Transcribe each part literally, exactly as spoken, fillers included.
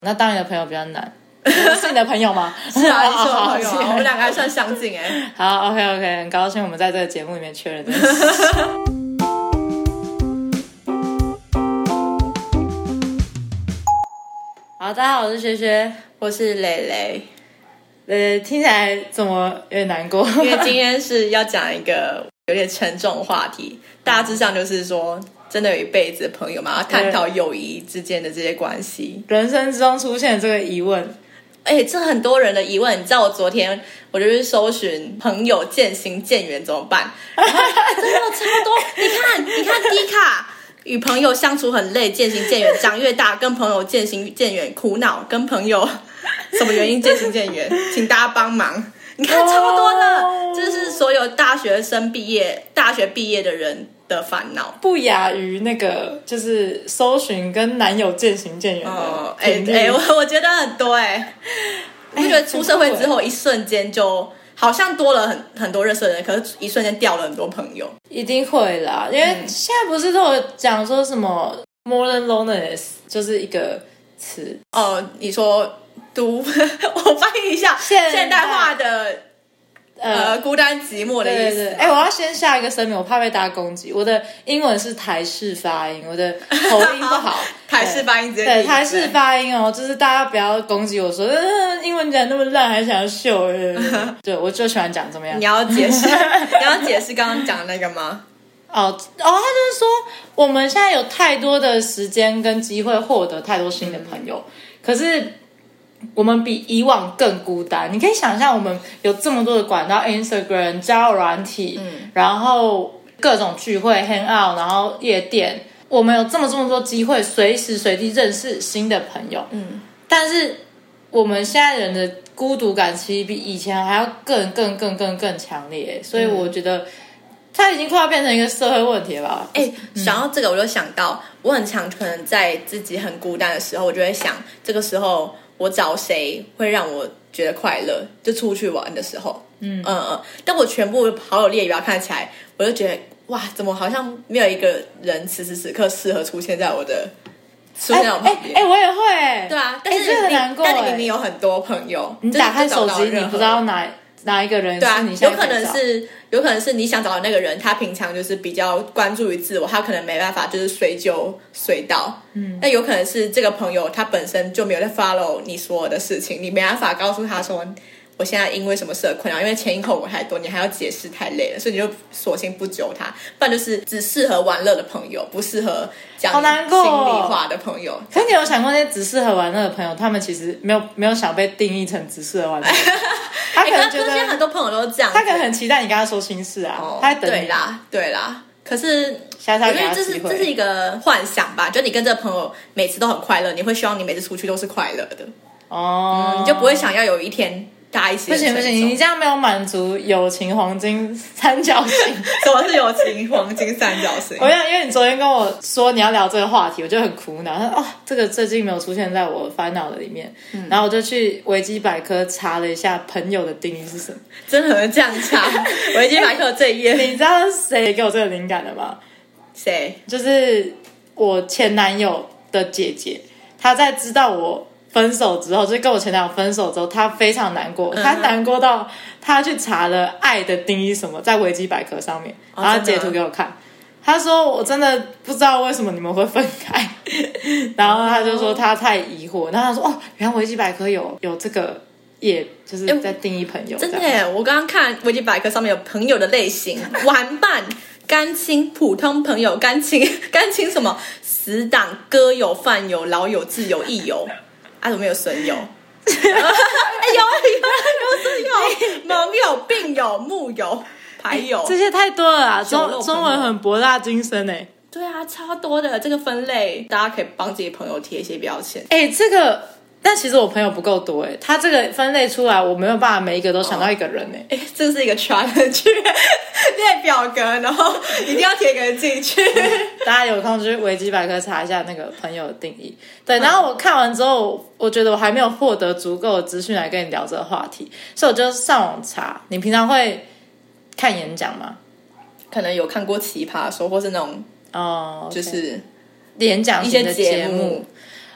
那当你的朋友比较难。是你的朋友吗？ 是啊，你是我朋友啊，我们两个还算相近哎、欸。 好 ，OK OK， 很高兴我们在这个节目里面确认这件事。好，大家好，我是学学， 我是蕾蕾。 呃，听起来怎么有点难过？ 因为今天是要讲一个有点沉重的话题，大致上就是说，真的有一辈子的朋友嘛，要探讨友谊之间的这些关系。 人生之中出现这个疑问。 哎、欸，这很多人的疑问。你知道我昨天我就去搜寻朋友渐行渐远怎么办，然后真的超多。你看，你看 D 卡，与朋友相处很累，渐行渐远，长越大跟朋友渐行渐远，苦恼跟朋友什么原因渐行渐远，请大家帮忙。你看超多的，这是所有大学生毕业、大学毕业的人的烦恼， 不亚于那个就是搜寻跟男友渐行渐远的。 哎哎、欸，我我觉得很多哎、欸，我觉得出社会之后，一瞬间就好像多了很很多认识的人，可是一瞬间掉了很多朋友。 一定会啦，因为现在不是都有讲说什么 more than loneliness 就是一个词哦。你说读，我翻译一下现代化的。呃，孤单寂寞的意思。 哎、欸，我要先下一个声明，我怕被大家攻击。我的英文是台式发音，我的口音不好。 台式发音直接对台式发音哦，就是大家不要攻击我说，呃、英文讲那么烂，还想要秀。对，我就喜欢讲怎么样？ 你要解释，你要解释刚刚讲的那个吗？ 哦哦，他就是说，我们现在有太多的时间跟机会获得太多新的朋友，嗯、可是。我们比以往更孤单，你可以想象我们有这么多的管道 Instagram 交友软体、嗯、然后各种聚会 hang out 然后夜店，我们有这么这么多机会随时随地认识新的朋友、嗯、但是我们现在人的孤独感其实比以前还要更更更更更强烈，所以我觉得它已经快要变成一个社会问题了吧。 哎、嗯，想到这个我就想到我很常可能在自己很孤单的时候，我就会想这个时候我找谁会让我觉得快乐，就出去玩的时候，嗯嗯嗯，但我全部好友列表看起来，我就觉得哇，怎么好像没有一个人此时此刻适合出现在我的出现在我旁边。 哎、欸欸欸，我也会、欸， 对啊，但是你、欸、很难过、欸， 但你明明有很多朋友， 你打开手机，你不知道哪哪一个人是你现在可以找。 对啊，有可能是有可能是你想找的那个人，他平常就是比较关注于自我，他可能没办法就是随就随到。嗯，那有可能是这个朋友他本身就没有在 follow 你所有的事情，你没办法告诉他说我现在因为什么事而困扰，因为前因后果太多，你还要解释太累了，所以你就索性不揪他，不然就是只适合玩乐的朋友，不适合讲心里话的朋友。 可是你有想过那些只适合玩乐的朋友，他们其实没有没有想被定义成只适合玩乐的朋友。他可能觉得、欸、 现在很多朋友都是这样， 他可能很期待你跟他说心事啊，哦、他在等你。 对啦，对啦。可是下次我觉得这是这是一个幻想吧，就你跟这个朋友每次都很快乐，你会希望你每次出去都是快乐的哦、嗯，你就不会想要有一天大家一起。 不行不行，你这样没有满足友情黄金三角形。 什么是友情黄金三角形？ 我想，因为你昨天跟我说你要聊这个话题，我就很苦恼。他说哦，这个最近没有出现在我烦恼的里面、嗯，然后我就去维基百科查了一下朋友的定义是什么。 真的很这样查？维基百科这一页， 你知道是谁给我这个灵感的吗？ 谁？ 就是我前男友的姐姐，她在知道我分手之后，就是跟我前男友分手之后，她非常难过，她、嗯、难过到她去查了爱的定义什么，在维基百科上面，然后截图给我看。她说我真的不知道为什么你们会分开，然后她就说她太疑惑，然后她说哦，原来维基百科有有这个页，就是在定义朋友。 真的耶，我刚刚看维基百科上面有朋友的类型，玩伴。干亲、普通朋友、干亲、干亲什么死党、歌友、饭友、老友、挚友、益友，啊，怎么没有损友？哎、有有有损友、盟友、病友、木友、牌友， 这些太多了啦。中中文很博大精深哎。 对啊，超多的这个分类，大家可以帮自己朋友贴一些标签。 哎，这个。但其实我朋友不够多哎，他这个分类出来，我没有办法每一个都想到一个人哎。 哎、哦，这是一个 challenge， 列表格，然后一定要贴一个人进去。 大家有空就去维基百科查一下那个朋友的定义。对，然后我看完之后，我觉得我还没有获得足够的资讯来跟你聊这个话题，所以我就上网查。你平常会看演讲吗？ 可能有看过奇葩说，或是那种哦， okay. 就是演讲型的节目。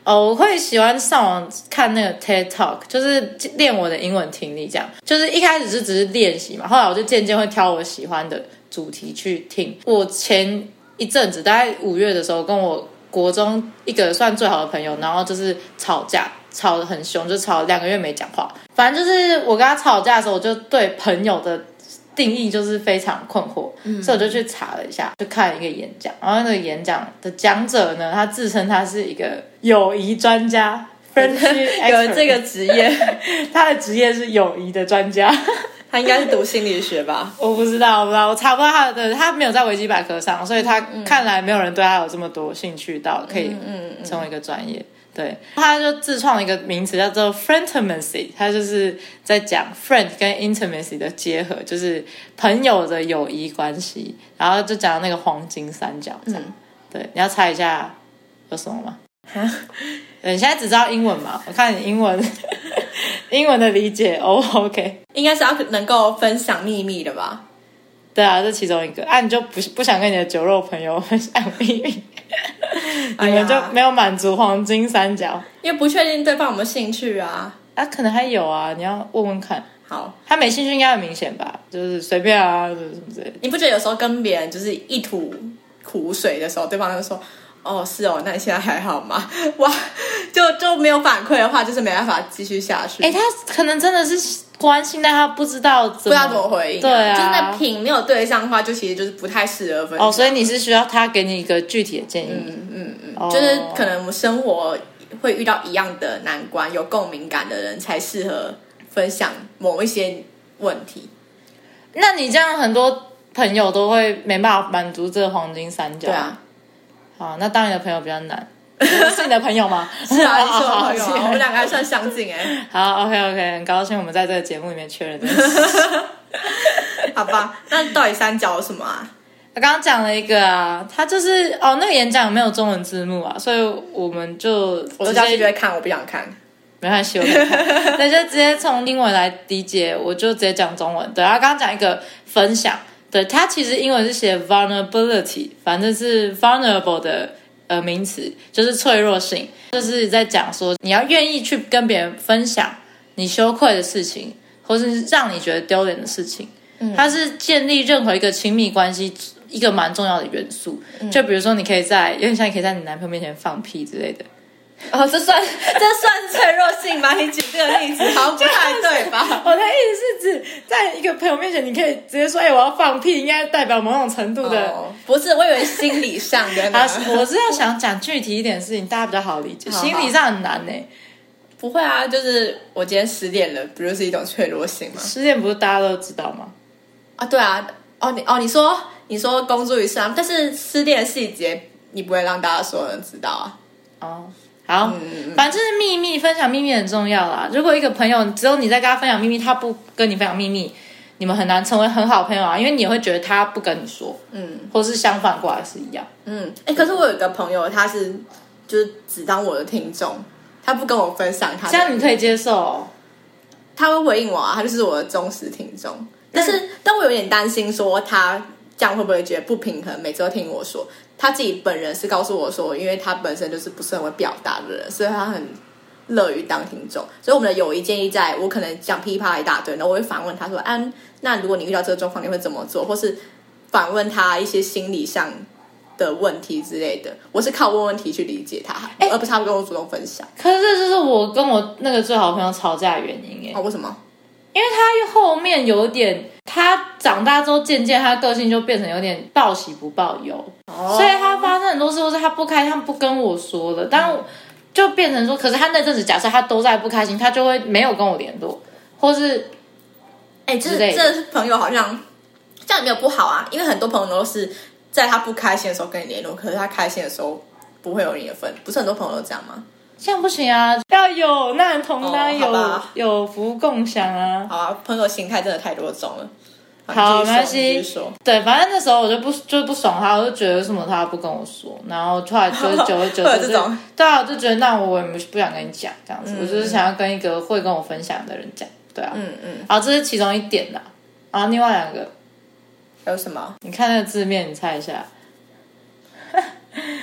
哦，我会喜欢上网看那个 TED Talk， 就是练我的英文听力，这样。就是一开始是只是练习嘛，后来我就渐渐会挑我喜欢的主题去听。我前一阵子大概五月的时候，跟我国中一个算最好的朋友，然后就是吵架，吵得很凶，就吵两个月没讲话。反正就是我跟他吵架的时候，我就对朋友的定义就是非常困惑，嗯、所以我就去查了一下，就看了一个演讲，然后那个演讲的讲者呢，他自称他是一个友谊专家 ，friendship expert， 有这个职业， 他的职业是友谊的专家。 他应该是读心理学吧？ 我不知道，我不知道，我查不到他的，他没有在维基百科上，所以他看来没有人对他有这么多兴趣到可以成为一个专业。对，他就自创了一个名词叫做 friendimacy， 他就是在讲 friend 跟 intimacy 的结合，就是朋友的友谊关系，然后就讲那个黄金三角这样。嗯、对，你要猜一下有什么吗？你现在只知道英文嘛？我看你英文英文的理解哦 ，OK， 应该是要能够分享秘密的吧？ 对啊，这其中一个。啊，你就不不想跟你的酒肉朋友分享秘密，你们就没有满足黄金三角， 因为不确定对方有没有兴趣啊。 啊，可能还有啊，你要问问看。 好， 他没兴趣应该很明显吧？就是随便啊，就是什么之类的。 你不觉得有时候跟别人就是一吐苦水的时候，对方就说：“哦，是哦，那你现在还好吗？”哇，就就没有反馈的话，就是没办法继续下去。 哎，他可能真的是关心，但他不知道怎么不知道怎么回应、啊。 对啊， 就是那品没有对上的话，就其实就是不太适合分享。 哦，所以你是需要他给你一个具体的建议。 嗯嗯嗯，哦、就是可能我们生活会遇到一样的难关，有共鸣感的人才适合分享某一些问题。 那你这样很多朋友都会没办法满足这个黄金三角。 对啊。 好，那当你的朋友比较难。是你的朋友吗？ 是啊，你是我朋友、啊，我们两个还算相近哎、欸。 好 ，OK OK， 很高兴我们在这个节目里面确认这件事。 好吧，那到底三角有什么啊？ 我刚刚讲了一个啊，他就是哦，那个演讲没有中文字幕啊，所以我们就我下次就会看，我不想看， 没关系，我可以看。那就直接从英文来理解，我就直接讲中文。对，然后刚刚讲一个分享，对，它其实英文是写 vulnerability， 反正是 vulnerable 的。呃，名词就是脆弱性，就是在讲说你要愿意去跟别人分享你羞愧的事情，或是让你觉得丢脸的事情。嗯，它是建立任何一个亲密关系一个蛮重要的元素。嗯、就比如说，你可以在有点像你可以在你男朋友面前放屁之类的。 哦，这算这算脆弱性吗？你举这个例子好像不太对吧？ 我的意思是指，在一个朋友面前，你可以直接说：“哎、欸，我要放屁。”应该代表某种程度的， 哦、不是？我以为心理上的呢。 啊，我是要想讲具体一点的事情，大家比较好理解。好好心理上很难呢、欸。 不会啊，就是我今天失恋了，不就是一种脆弱性吗？ 失恋不是大家都知道吗？ 啊，对啊，哦，你哦，你说你说公诸于世，但是失恋的细节你不会让大家所有人知道啊。 哦。好，嗯、反正就是秘密，分享秘密很重要啦。如果一个朋友只有你在跟他分享秘密，他不跟你分享秘密，你们很难成为很好朋友啊，因为你会觉得他不跟你说，嗯，或是相反过来是一样， 嗯，哎、欸，可是我有一个朋友，他是就是只当我的听众，他不跟我分享他的， 这样你可以接受、哦， 他会回应我啊，他就是我的忠实听众，但是、嗯、但我有点担心说他这样会不会觉得不平衡，每次都听我说。他自己本人是告诉我说，因为他本身就是不是很会表达的人，所以他很乐于当听众。所以我们的友谊建立在我可能讲噼啪一大堆，然后我会反问他说：“啊，那如果你遇到这个状况，你会怎么做？”或是反问他一些心理上的问题之类的。我是靠问问题去理解他，欸、而不是他跟我主动分享。 可是这就是我跟我那个最好的朋友吵架的原因哎。 哦，为什么？ 因为他后面有点，他长大之后渐渐他的个性就变成有点报喜不报忧，哦、所以他发生很多事都是他不开心，他不跟我说的，但就变成说，可是他那阵子假设他都在不开心，他就会没有跟我联络，或是哎，这这朋友好像这样没有不好啊，因为很多朋友都是在他不开心的时候跟你联络，可是他开心的时候不会有你的份，不是很多朋友都这样吗？ 这样不行啊，要有难同当， 哦、 有有福共享啊。 好啊，朋友心态真的太多种了。 好，没关系。对，反正那时候我就不就不爽他，我就觉得为什么他不跟我说，然后后来就久而久之，对啊，我就觉得那我也不想跟你讲这样子，嗯、我就是想要跟一个会跟我分享的人讲，对啊，嗯嗯。好，这是其中一点啦，然后另外两个还有什么？ 你看那个字面，你猜一下。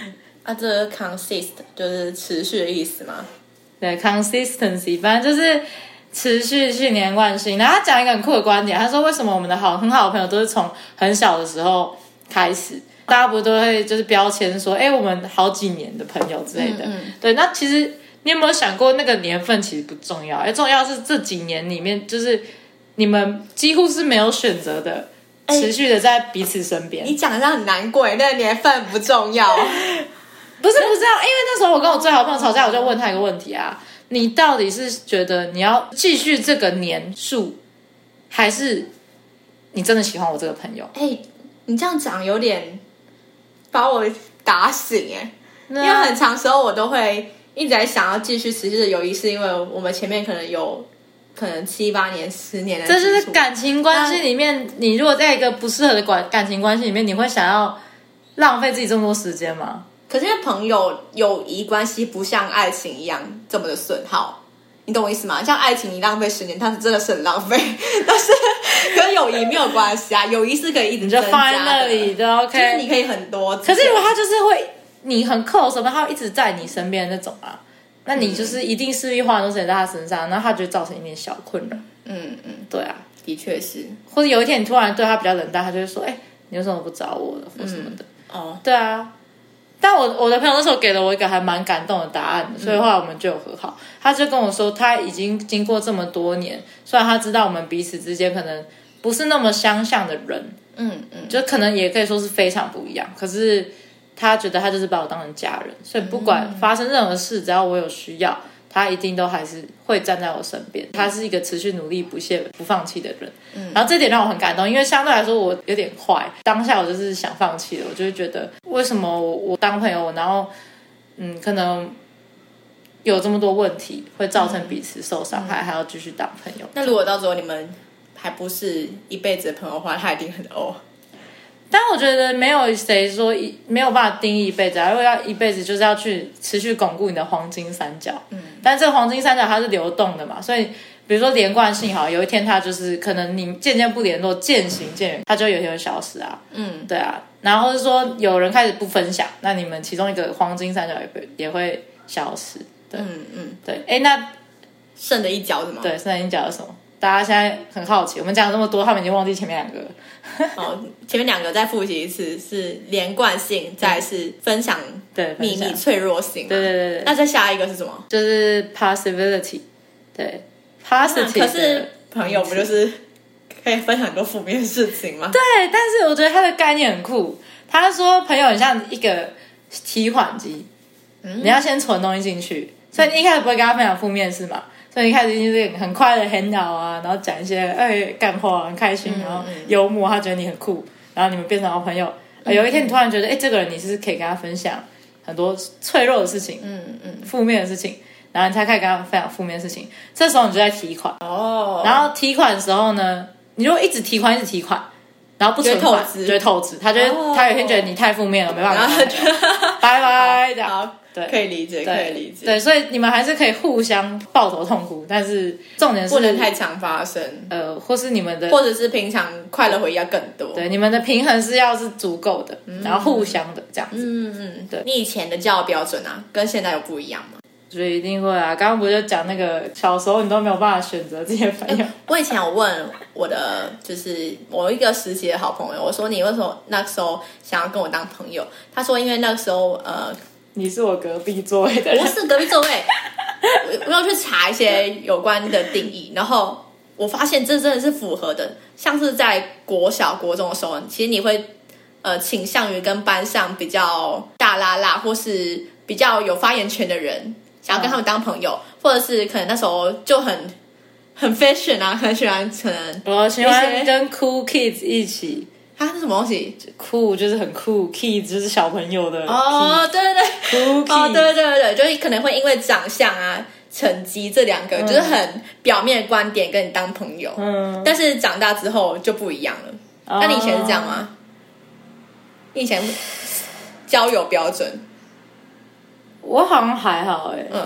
啊，这个 consist 就是持续的意思吗？ 对 ，consistency， 反正就是持续去连贯性。然后他讲一个很酷的观点，他说为什么我们的好很好的朋友都是从很小的时候开始，大家不都会就是标签说，哎，我们好几年的朋友之类的。嗯嗯对，那其实你有没有想过，那个年份其实不重要，哎，重要是这几年里面，就是你们几乎是没有选择的。持续的在彼此身边， 你讲的很难过，那个年份不重要。 不是不是啊，因为那时候我跟我最好的朋友吵架，我就问他一个问题啊，你到底是觉得你要继续这个年数，还是你真的喜欢我这个朋友？ 哎、欸，你这样讲有点把我打醒哎、欸，因为很长时候我都会一直在想要继续持续的友谊，是因为我们前面可能有。可能七八年、十年的， 这就是感情关系里面，你如果在一个不适合的感感情关系里面，你会想要浪费自己这么多时间吗？ 可是因为朋友友谊关系不像爱情一样这么的损耗，你懂我意思吗？像爱情你浪费十年，它是真的是很浪费，但是跟友谊没有关系啊，友谊是可以一直你就放在那里就 OK， 就是你可以很多。 可是如果他就是会你很 close 什么，他会一直在你身边那种啊。那你就是一定势必花很多时间在他身上，然后他就造成一点小困扰。 嗯嗯， 对啊， 的确是。 或者有一天你突然对他比较冷淡，他就会说：“哎、欸，你为什么不找我了？或什么的。 嗯”哦， 对啊。但我我的朋友那时候给了我一个还蛮感动的答案的，所以后来我们就有和好。他就跟我说，他已经经过这么多年，虽然他知道我们彼此之间可能不是那么相像的人， 嗯嗯， 就可能也可以说是非常不一样，可是。他觉得他就是把我当成家人，所以不管发生任何事，只要我有需要，他一定都还是会站在我身边。他是一个持续努力、不懈、不放弃的人。嗯，然后这点让我很感动，因为相对来说我有点坏，当下我就是想放弃了。我就会觉得，为什么我我当朋友，然后嗯，可能有这么多问题，会造成彼此受伤害，嗯、还要继续当朋友。 那如果到时候你们还不是一辈子的朋友的话，他一定很哦。 但我觉得没有谁说一没有办法定义一辈子啊，如果要一辈子，就是要去持续巩固你的黄金三角。嗯，但这个黄金三角它是流动的嘛，所以比如说连贯性好，有一天它就是可能你渐渐不联络，渐行渐远，它就有一天会消失啊。嗯，对啊。然后是说有人开始不分享，那你们其中一个黄金三角也会也会消失。对，嗯嗯，对。哎，那剩的一角是吗？ 对，剩的一角是什么？大家现在很好奇，我们讲了这么多，他们已经忘记前面两个了。 哦，前面两个再复习一次，是连贯性，再是分享对秘密脆弱性。 对对对对。 那再下一个是什么？ 就是 possibility。对 ，positive。 可是朋友不就是可以分享很多负面的事情吗？ 对，但是我觉得他的概念很酷。他说朋友很像一个提款机，嗯、你要先存东西进去，所以你一开始不会跟他分享负面事嘛。所以一开始就是很快的 handle 啊，然后讲一些哎干话，很开心，然后幽默，他觉得你很酷，然后你们变成好朋友。嗯、有一天你突然觉得，哎，这个人你是可以跟他分享很多脆弱的事情，嗯嗯，负面的事情，然后你才可以跟他分享负面的事情。这时候你就在提款哦，然后提款的时候呢，你如果一直提款，一直提款，然后不存款，就会透支。他觉得、哦、他有一天觉得你太负面了，没办法，拜拜这样。对， 可以理解，可以理解。 对，所以你们还是可以互相抱头痛哭，但是重点是不能太常发生。 呃，或是你们的， 或者是平常快乐回忆要更多。 对，你们的平衡是要是足够的，嗯、然后互相的这样子。 嗯嗯，对。你以前的交友标准啊，跟现在有不一样吗？ 我觉得一定会啊！刚刚不就讲那个小时候你都没有办法选择这些朋友。 我以前有问我的就是某一个时期的好朋友，我说你为什么那时候想要跟我当朋友？他说因为那时候呃。 你是我隔壁座位的人， 不是隔壁座位。我我要去查一些有关的定义，然后我发现这真的是符合的。像是在国小、国中的时候，其实你会呃倾向于跟班上比较大拉拉，或是比较有发言权的人，想要跟他们当朋友，嗯、或者是可能那时候就很很 fashion 啊，很喜欢可能我喜欢跟 cool kids 一起。 它是什么东西？ 酷就是很酷 ，kids 就是小朋友的。 哦，对对对， 酷哦，对对对对，就是可能会因为长相啊、成绩这两个，嗯、就是很表面的观点跟你当朋友。嗯，但是长大之后就不一样了。哦、那你以前是这样吗？你以前交友标准？ 我好像还好哎、欸。 嗯，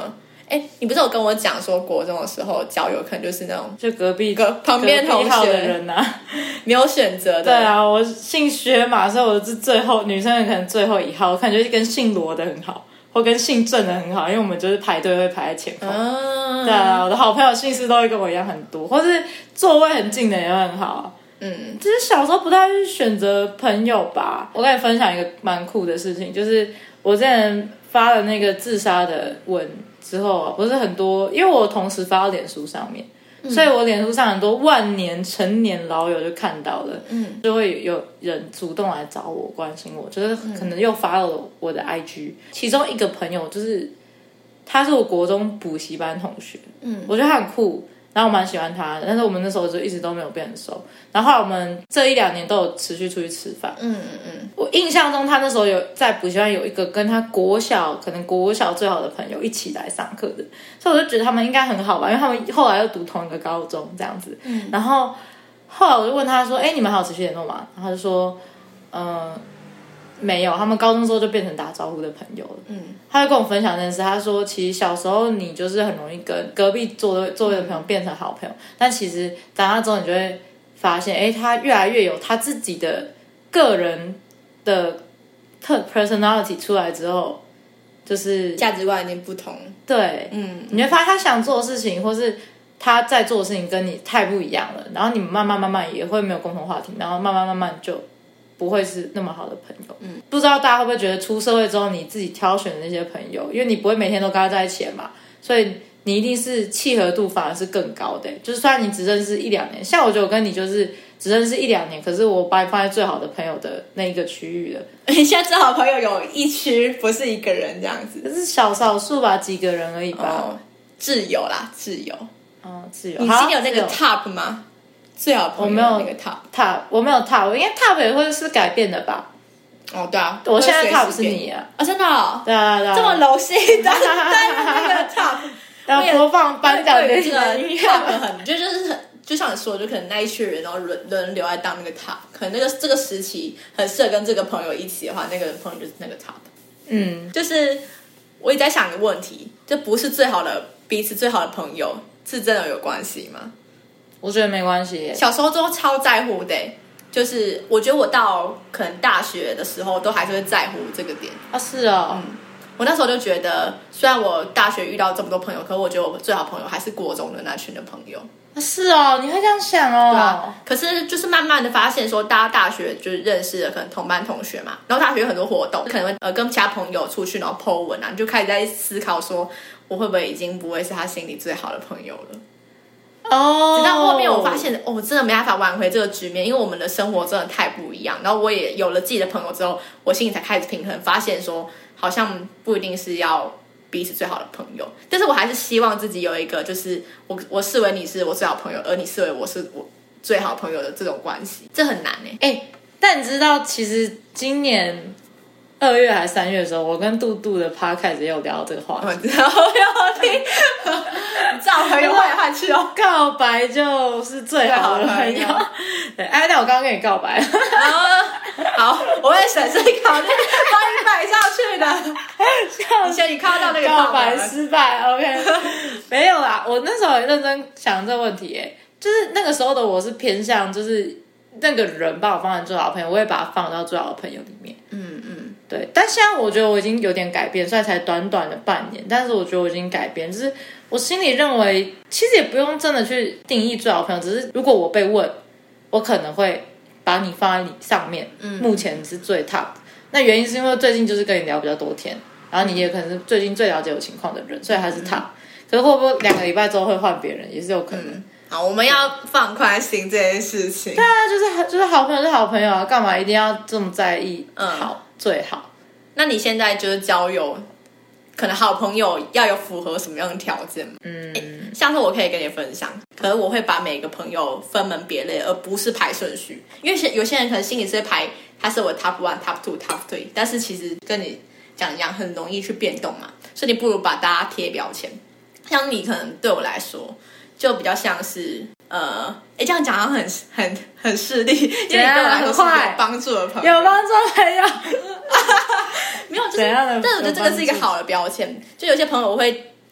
哎，你不是有跟我讲说国中的时候交友可能就是那种就隔壁隔旁边同学的人啊， 没有选择的。 对啊，我姓薛嘛，所以我是最后女生可能最后一号，我感觉跟姓罗的很好，或跟姓郑的很好，因为我们就是排队会排在前方。嗯，对啊，我的好朋友姓氏都会跟我一样很多，或是座位很近的也会很好啊。嗯，只是小时候不太会去选择朋友吧。我跟你分享一个蛮酷的事情，就是我之前发了那个自杀的文之后啊，不是很多，因为我同时发到脸书上面，嗯、所以我脸书上很多万年成年老友就看到了，嗯，就会有人主动来找我关心我，就是可能又发了我的 I G，、嗯、其中一个朋友就是他是我国中补习班同学，嗯，我觉得他很酷。然后我蛮喜欢他的，但是我们那时候就一直都没有变熟。然后后来我们这一两年都有持续出去吃饭。嗯嗯嗯。我印象中他那时候有在补习班有一个跟他国小可能国小最好的朋友一起来上课的，所以我就觉得他们应该很好吧，因为他们后来又读同一个高中这样子。嗯。然后后来我就问他说：“哎，你们还有持续联络吗？”然后他就说：“嗯、呃。”没有，他们高中之后就变成打招呼的朋友了。嗯，他就跟我分享这件事，他说其实小时候你就是很容易跟隔壁座位座位的朋友变成好朋友，但其实长大之后你就会发现，哎，他越来越有他自己的个人的特 personality 出来之后，就是价值观有点不同。 对，嗯，你会发现他想做的事情，或是他在做的事情跟你太不一样了，然后你们慢慢慢慢也会没有共同话题，然后慢慢慢慢就不会是那么好的朋友。嗯，不知道大家会不会觉得出社会之后你自己挑选的那些朋友，因为你不会每天都跟他在一起嘛，所以你一定是契合度反而是更高的。就是虽然你只认识一两年，像我觉得我跟你就是只认识一两年，可是我把你放在最好的朋友的那一个区域了。 你现在最好的朋友有一区，不是一个人这样子， 可是少少数吧，几个人而已吧。 哦，挚友啦，挚友。 哦，挚友。 你心里有那个 top 吗？最好朋友我没有那个 top top， 我没有 top， 因为 top 也会是改变的吧。 哦，对啊， 我现在 top 是你啊。 啊、哦，真的、哦？ 对啊，对啊， 这么柔性的那个 top， 然后播放颁奖典礼的音乐， 很就就是很，就像你说的，就可能那一群人，然后轮轮流来当那个 top， 可能那个这个时期很适合跟这个朋友一起的话，那个朋友就是那个 top。嗯，就是我也在想一个问题，就不是最好的彼此最好的朋友，是真的有关系吗？ 我觉得没关系耶。 小时候都超在乎的，就是我觉得我到可能大学的时候都还是会在乎这个点啊。是哦， 嗯，我那时候就觉得，虽然我大学遇到这么多朋友，可是我觉得我最好朋友还是国中的那群的朋友。 啊是哦，你会这样想哦？ 对啊。可是就是慢慢的发现说，大家大学就是认识了可能同班同学嘛，然后大学有很多活动，可能会呃跟其他朋友出去，然后 po 文啊，你就开始在思考说，我会不会已经不会是他心里最好的朋友了？ 哦， 直到后面我发现，哦，我真的没办法挽回这个局面，因为我们的生活真的太不一样。然后我也有了自己的朋友之后，我心里才开始平衡，发现说，好像不一定是要彼此最好的朋友，但是我还是希望自己有一个，就是我我视为你是我最好朋友，而你视为我是我最好朋友的这种关系，这很难哎。 哎，但你知道，其实今年二月还是三月的时候，我跟杜杜的 podcast 也有聊到这个话题。 我知道，我有听，你知道朋友换来换去哦。 告白就是最好的朋友。对，哎，那我刚刚跟你告白了。 好，我会审慎考虑帮你摆上去的。以前你看到那个告白失败 ，OK？ 没有啦，我那时候也认真想这个问题，哎，就是那个时候的我是偏向就是那个人把我放在最好的朋友，我也把他放到最好的朋友里面。嗯嗯，对。但现在我觉得我已经有点改变，虽然才短短的半年，但是我觉得我已经改变，就是我心里认为，其实也不用真的去定义最好的朋友，只是如果我被问，我可能会把你放在你上面，嗯，目前是最 top。那原因是因为最近就是跟你聊比较多天，然后你也可能是最近最了解我情况的人，所以还是 top。可是会不会两个礼拜之后会换别人，也是有可能。嗯， 好，我们要放宽心这件事情。 对啊，就是就是好朋友是好朋友啊，干嘛一定要这么在意？嗯，好最好。 那你现在就是交友，可能好朋友要有符合什么样的条件？嗯，像是我可以跟你分享，可是我会把每个朋友分门别类，而不是排顺序。因为有些人可能心里是会排，他是我 top one、top two、top three， 但是其实跟你讲一样，很容易去变动嘛，所以你不如把大家贴标签。像你可能对我来说，就比较像是呃，哎，这样讲好像很很很势利，因为你对我来说是有帮助的朋友， 有帮助的朋友， 没有，就是，但我觉得这个是一个好的标签。就有些朋友我会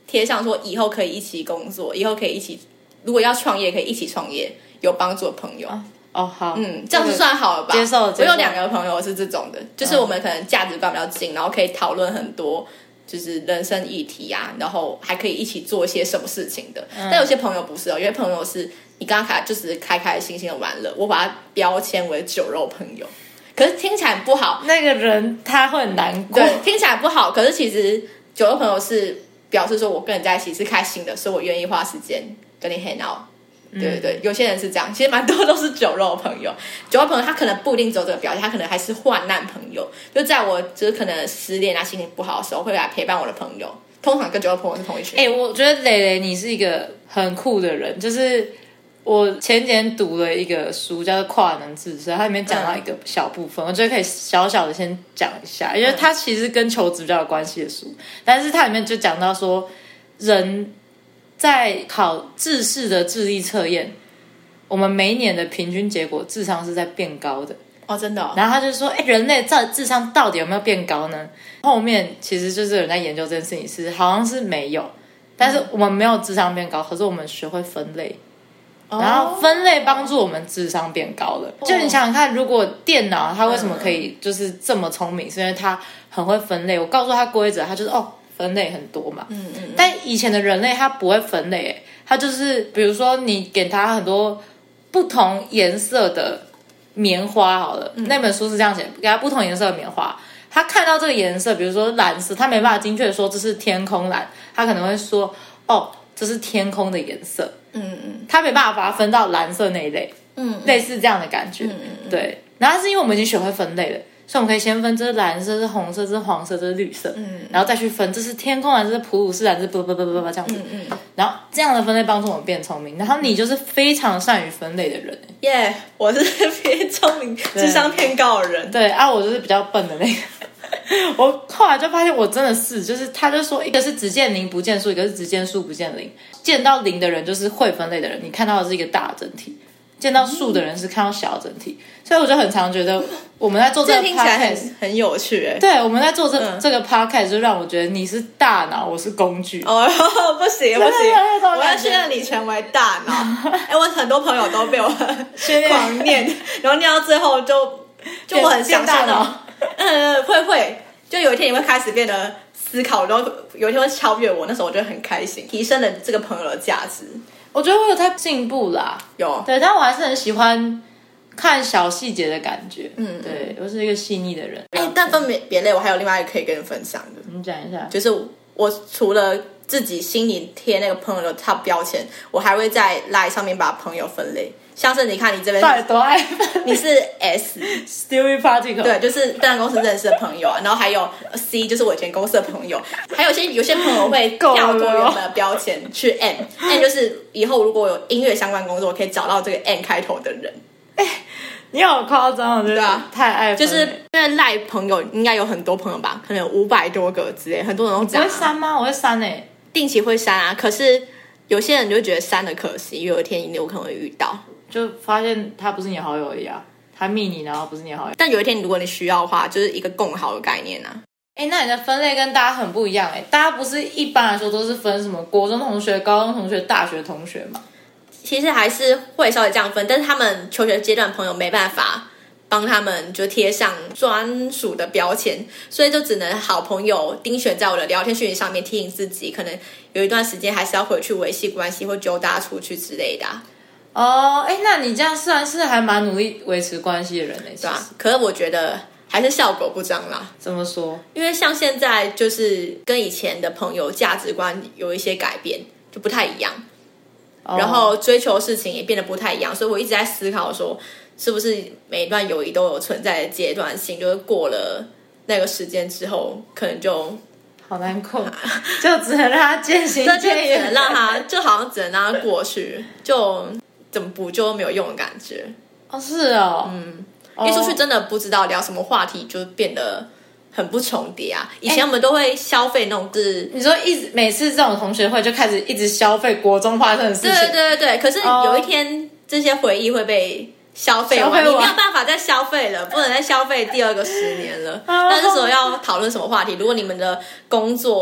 贴上说以后可以一起工作，以后可以一起，如果要创业可以一起创业，有帮助的朋友。 哦哦，好， 嗯，这样子算好了吧？ 接受。 我有两个朋友是这种的，就是我们可能价值观比较近，然后可以讨论很多就是人生议题啊，然后还可以一起做一些什么事情的。嗯、但有些朋友不是哦，有些朋友是你刚刚开就是开开心心的玩乐，我把它标签为酒肉朋友，可是听起来不好， 那个人他会很难过。 对，听起来不好，可是其实酒肉朋友是表示说我跟你在一起是开心的，所以我愿意花时间跟你 hang out。对对对，有些人是这样，其实蛮多都是酒肉朋友。酒肉朋友他可能不一定只有这个表现，他可能还是患难朋友。就在我就是可能失恋啊、心情不好的时候，会来陪伴我的朋友。通常跟酒肉朋友是同一群。 哎、欸，我觉得蕾蕾你是一个很酷的人，就是我前年读了一个书叫做《跨能自身》，它里面讲到一个小部分，嗯、我觉得可以小小的先讲一下，因为它其实跟求职比较有关系的书，但是它里面就讲到说人。在考智士的智力测验，我们每一年的平均结果智商是在变高的哦，真的、哦。 然后他就说，哎，人类在智商到底有没有变高呢？后面其实就是有人在研究这件事情是，好像是没有，但是我们没有智商变高，可是我们学会分类， 哦、 然后分类帮助我们智商变高了。哦、就你想想看，如果电脑它为什么可以就是这么聪明，是因为它很会分类。我告诉它规则，它就是哦。分类很多嘛，嗯嗯，但以前的人类他不会分类，哎，他就是比如说你给他很多不同颜色的棉花好了，嗯、那本书是这样写，给他不同颜色的棉花，他看到这个颜色，比如说蓝色，他没办法精确的说这是天空蓝，他可能会说哦，这是天空的颜色，嗯嗯，他没办法把它分到蓝色那一类，嗯，类似这样的感觉，嗯嗯，对，然后是因为我们已经学会分类了。所以我们可以先分这是蓝色，这是红色，这是黄色，这是绿色，嗯，然后再去分这是天空蓝，这是普鲁士蓝，这是不不不不不这样子，嗯嗯，然后这样的分类帮助我们变聪明。然后你就是非常善于分类的人， 耶、yeah, ，我是偏聪明、智商偏高的人， 对啊，我就是比较笨的那个。我后来就发现我真的是，就是他就说一个是只见零不见数，一个是只见数不见零。见到零的人就是会分类的人，你看到的是一个大的整体。见到数的人是看到小整体，所以我就很常觉得我们在做这个 podcast 这听起来很很有趣哎。 对，我们在做这、嗯、这个 podcast 就让我觉得你是大脑，我是工具。 哦，不行不行，我要训练你成为大脑。哎，我很多朋友都被我狂念，然后念到最后就就我很享受的，嗯，会会，就有一天你会开始变得思考，然后有一天会超越我，那时候我就很开心，提升了这个朋友的价值。 我觉得我有在进步啦， 有对，但我还是很喜欢看小细节的感觉。嗯，对，我是一个细腻的人。 哎、欸，但分别类，我还有另外一个可以跟你分享的。 你讲一下， 就是我除了自己心里贴那个朋友的 top 标签，我还会在 line 上面把朋友分类。像是你看你这边到底多爱分， 你是 S Stupid Particle， 对，就是在公司认识的朋友啊，然后还有 C 就是我以前公司的朋友，还有些有些朋友会跳脱原本的标签去 N，N 就是以后如果有音乐相关工作，可以找到这个 N 开头的人。 哎、欸，你好夸张，我觉得对啊，太爱分， 就是因为赖朋友应该有很多朋友吧，可能有五百多个之类，很多人都这样、啊。 你会删吗？我会删诶、欸， 定期会删啊，可是有些人就会觉得删的可惜，因为有一天你有可能会遇到。 就发现他不是你好友而已啊，他密你，然后不是你好友。 但有一天如果你需要的话，就是一个共好的概念啊。 哎，那你的分类跟大家很不一样哎，大家不是一般来说都是分什么国中同学、高中同学、大学同学吗？ 其实还是会稍微这样分，但是他们求学阶段朋友没办法帮他们就贴上专属的标签，所以就只能好朋友盯选在我的聊天讯息上面提醒自己，可能有一段时间还是要回去维系关系，或揪大家出去之类的、啊。 哦，哎，那你这样算是还蛮努力维持关系的人嘞， 对啊。可是我觉得还是效果不彰啦。 怎么说？ 因为像现在就是跟以前的朋友价值观有一些改变，就不太一样。哦、然后追求事情也变得不太一样，所以我一直在思考说，是不是每一段友谊都有存在的阶段性，就是过了那个时间之后，可能就。 好难过，就只能让他渐行渐远， 只能让他就好像只能让他过去，就怎么补救都没有用的感觉。 哦，是哦， 嗯，因为出去真的不知道聊什么话题，就变得很不重叠啊。以前我们都会消费那种，是你说一直每次这种同学会就开始一直消费国中发生的事情， 对对对对。可是有一天、哦、这些回忆会被。消费完，你没有办法再消费了，不能再消费第二个十年了。那这时候要讨论什么话题？如果你们的工作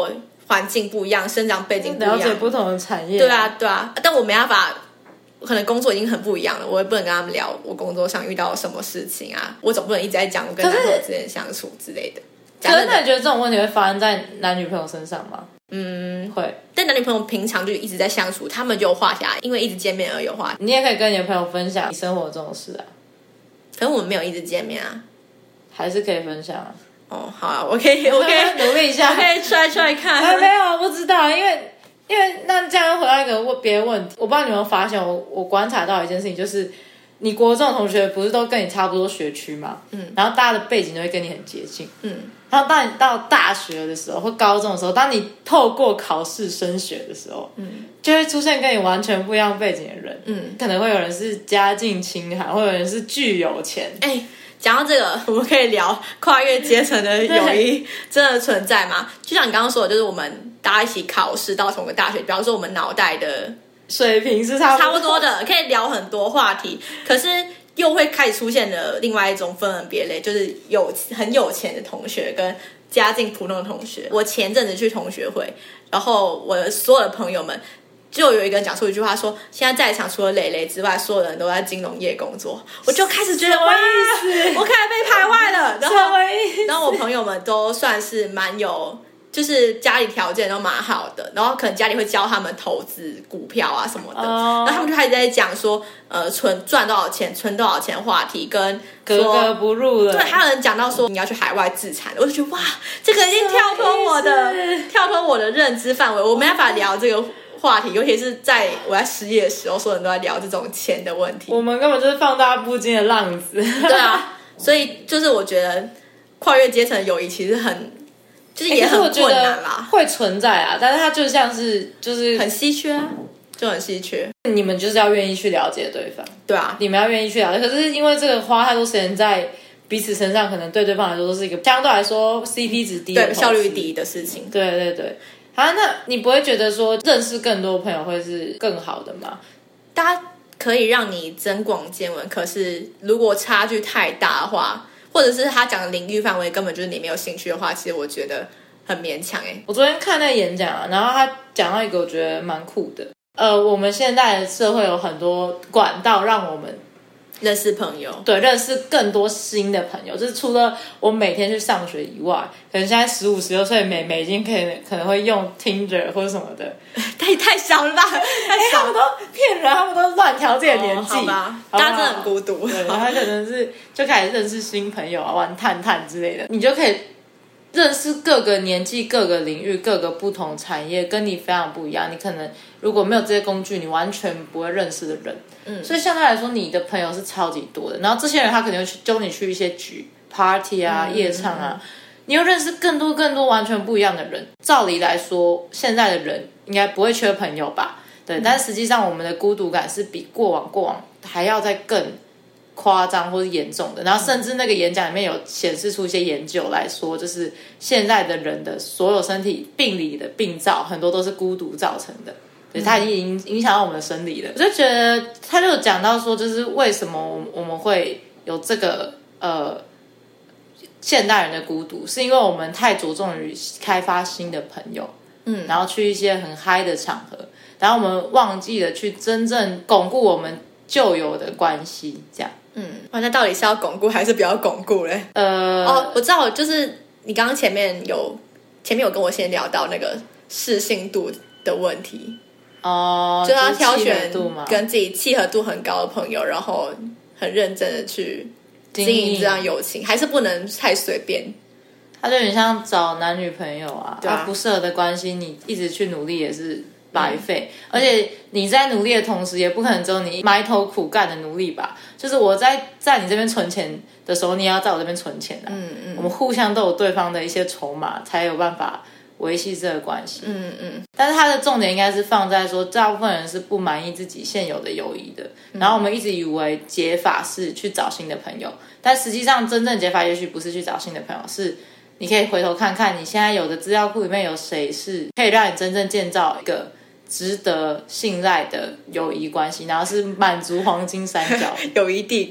环境不一样，生长背景不一样， 了解不同的产业。 对啊，对啊，但我没办法。可能工作已经很不一样了，我也不能跟他们聊我工作上遇到什么事情啊，我总不能一直在讲我跟男朋友之间相处之类的。 可是那你觉得这种问题会发生在男女朋友身上吗？ 嗯， 会。 但男女朋友平常就一直在相处，他们就有话题啊，因为一直见面而有话题。 你也可以跟你的朋友分享你生活中的事啊。 可是我们没有一直见面啊。 还是可以分享啊。 哦，好啊，我可以，我可以努力一下， 我可以 try try 看。 还没有，不知道，因为。因为那这样回到一个问别的问题，我不知道你有没有发现，我我观察到一件事情，就是你国中的同学不是都跟你差不多学区嘛，嗯，然后大家的背景都会跟你很接近，嗯，然后当你到大学的时候或高中的时候，当你透过考试升学的时候，嗯，就会出现跟你完全不一样背景的人，嗯，可能会有人是家境清寒，会有人是巨有钱， 哎。讲到这个，我们可以聊跨越阶层的友谊真的存在吗？就像你刚刚说的，就是我们大家一起考试到同个大学，比方说我们脑袋的水平是差不多差不多的，可以聊很多话题。可是又会开始出现了另外一种分门别类，就是有很有钱的同学跟家境普通的同学。我前阵子去同学会，然后我的所有的朋友们。就有一个人讲出一句话说，现在在场除了蕾蕾之外，所有人都在金融业工作。我就开始觉得哇，我开始被排外了。然后，然后我朋友们都算是蛮有，就是家里条件都蛮好的，然后可能家里会教他们投资股票啊什么的。Oh. 然后他们就开始在讲说，呃，存赚多少钱，存多少钱的话题，跟格格不入了。 对，还有人讲到说你要去海外自产，我就觉得哇，这个已经跳脱我的跳脱我的认知范围，我没办法聊这个。话题，尤其是在我在失业的时候，所有人都在聊这种钱的问题。 我们根本就是放大不经的浪子。 对啊，所以就是我觉得跨越阶层的友谊其实很，就是也很困难啦， 会存在啊，但是它就像是就是很稀缺啊，就很稀缺。 你们就是要愿意去了解对方， 对啊， 你们要愿意去了解。可是因为这个花太多时间在彼此身上，可能对对方来说都是一个相对来说 C P 值低的、 对效率低的事情。 对对对。啊，那你不会觉得说认识更多朋友会是更好的吗？ 大家可以让你增广见闻，可是如果差距太大的话，或者是他讲的领域范围根本就是你没有兴趣的话，其实我觉得很勉强哎、欸。 我昨天看那个演讲啊，然后他讲到一个我觉得蛮酷的，呃，我们现在的社会有很多管道让我们认识朋友， 对，认识更多新的朋友。就是除了我每天去上学以外，可能现在十五、十六岁的妹妹已经可以可能会用 Tinder 或者什么的， 太太小了吧？太小、欸，他们都骗人，他们都乱调自己的年纪、哦， 好吧？好吧，大家真的很孤独。 对，他可能是就开始认识新朋友啊，玩探探之类的，你就可以认识各个年纪、各个领域、各个不同产业，跟你非常不一样。你可能如果没有这些工具，你完全不会认识的人。嗯，所以相对来说，你的朋友是超级多的。然后这些人他可能会去揪你去一些局、party 啊、嗯、夜唱啊，你又认识更多更多完全不一样的人。照理来说，现在的人应该不会缺朋友吧？对，嗯、但实际上我们的孤独感是比过往过往还要再更夸张或是严重的。然后甚至那个演讲里面有显示出一些研究来说，就是现在的人的所有身体病理的病灶，很多都是孤独造成的。对，它已经影响到我们的生理了。我就觉得他就讲到说，就是为什么我们会有这个呃现代人的孤独，是因为我们太着重于开发新的朋友，嗯，然后去一些很嗨的场合，然后我们忘记了去真正巩固我们旧有的关系，这样。 嗯，那到底是要巩固还是不要巩固嘞？呃，哦，我知道，就是你刚刚前面有前面有跟我先聊到那个适性度的问题。 哦， 就要挑选跟自己契合度很高的朋友，然后很认真的去经营这样友情，还是不能太随便。 他就很像找男女朋友啊，对啊，他不适合的关系，你一直去努力也是白费、嗯。而且你在努力的同时，也不可能只有你埋头苦干的努力吧？就是我在在你这边存钱的时候，你也要在我这边存钱啊。嗯嗯，我们互相都有对方的一些筹码，才有办法维系这个关系。嗯嗯，但是它的重点应该是放在说，大部分人是不满意自己现有的友谊的、嗯、然后我们一直以为解法是去找新的朋友，但实际上真正解法也许不是去找新的朋友，是你可以回头看看你现在有的资料库里面有谁是可以让你真正建造一个值得信赖的友谊关系，然后是满足黄金三角友谊帝国。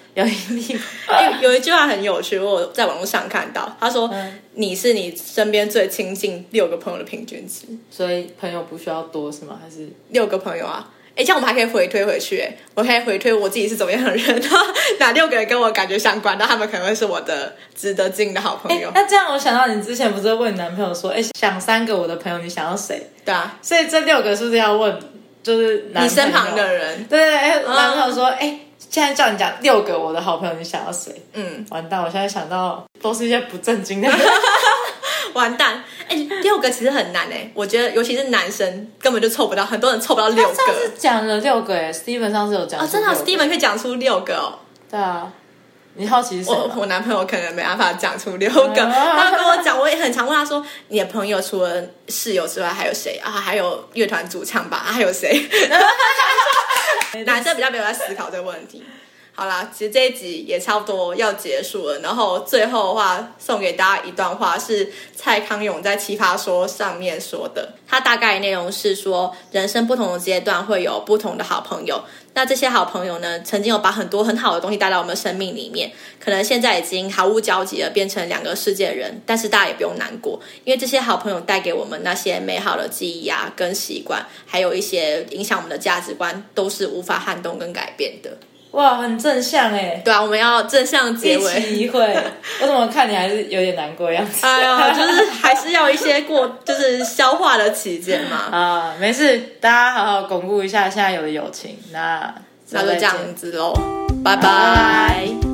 有一例有一句话很有趣，我在网络上看到，他说、嗯、你是你身边最亲近六个朋友的平均值， 所以朋友不需要多是吗？还是六个朋友啊？哎，这样我们还可以回推回去，哎，我可以回推我自己是怎么样的人，哪六个人跟我感觉相关，那他们可能会是我的值得敬的好朋友。 那这样我想到你之前不是问你男朋友说，哎，想三个我的朋友，你想要谁？ 对啊， 所以这六个是不是要问，就是男朋友你身旁的人？ 对对对，男朋友说，哎、嗯。现在叫你讲六个我的好朋友，你想要谁？嗯，完蛋！我现在想到都是一些不正经的人， 完蛋！哎、欸，六个其实很难哎、欸，我觉得尤其是男生根本就凑不到，很多人凑不到六个。 他上次讲了六个哎 ，Steven 上次有讲啊、哦，真的 ，Steven 可以讲出六个哦。 对啊，你好奇是谁？ 我我男朋友可能没办法讲出六个，他跟我讲，我也很常问他说，你的朋友除了室友之外还有谁啊？还有乐团主唱吧？啊、还有谁？男生比较没有在思考这个问题。好啦，其实这一集也差不多要结束了，然后最后的话送给大家一段话，是蔡康永在奇葩说上面说的。他大概内容是说，人生不同的阶段会有不同的好朋友，那这些好朋友呢，曾经有把很多很好的东西带到我们的生命里面，可能现在已经毫无交集了，变成两个世界的人，但是大家也不用难过，因为这些好朋友带给我们那些美好的记忆啊跟习惯，还有一些影响我们的价值观，都是无法撼动跟改变的。 哇，很正向哎！ 对啊，我们要正向结尾。 一期一会，我怎么看你还是有点难过的样子？ 哎呀，就是还是要一些过，就是消化的期间嘛。 啊，没事，大家好好巩固一下现在有的友情。那那就这样子喽，拜拜。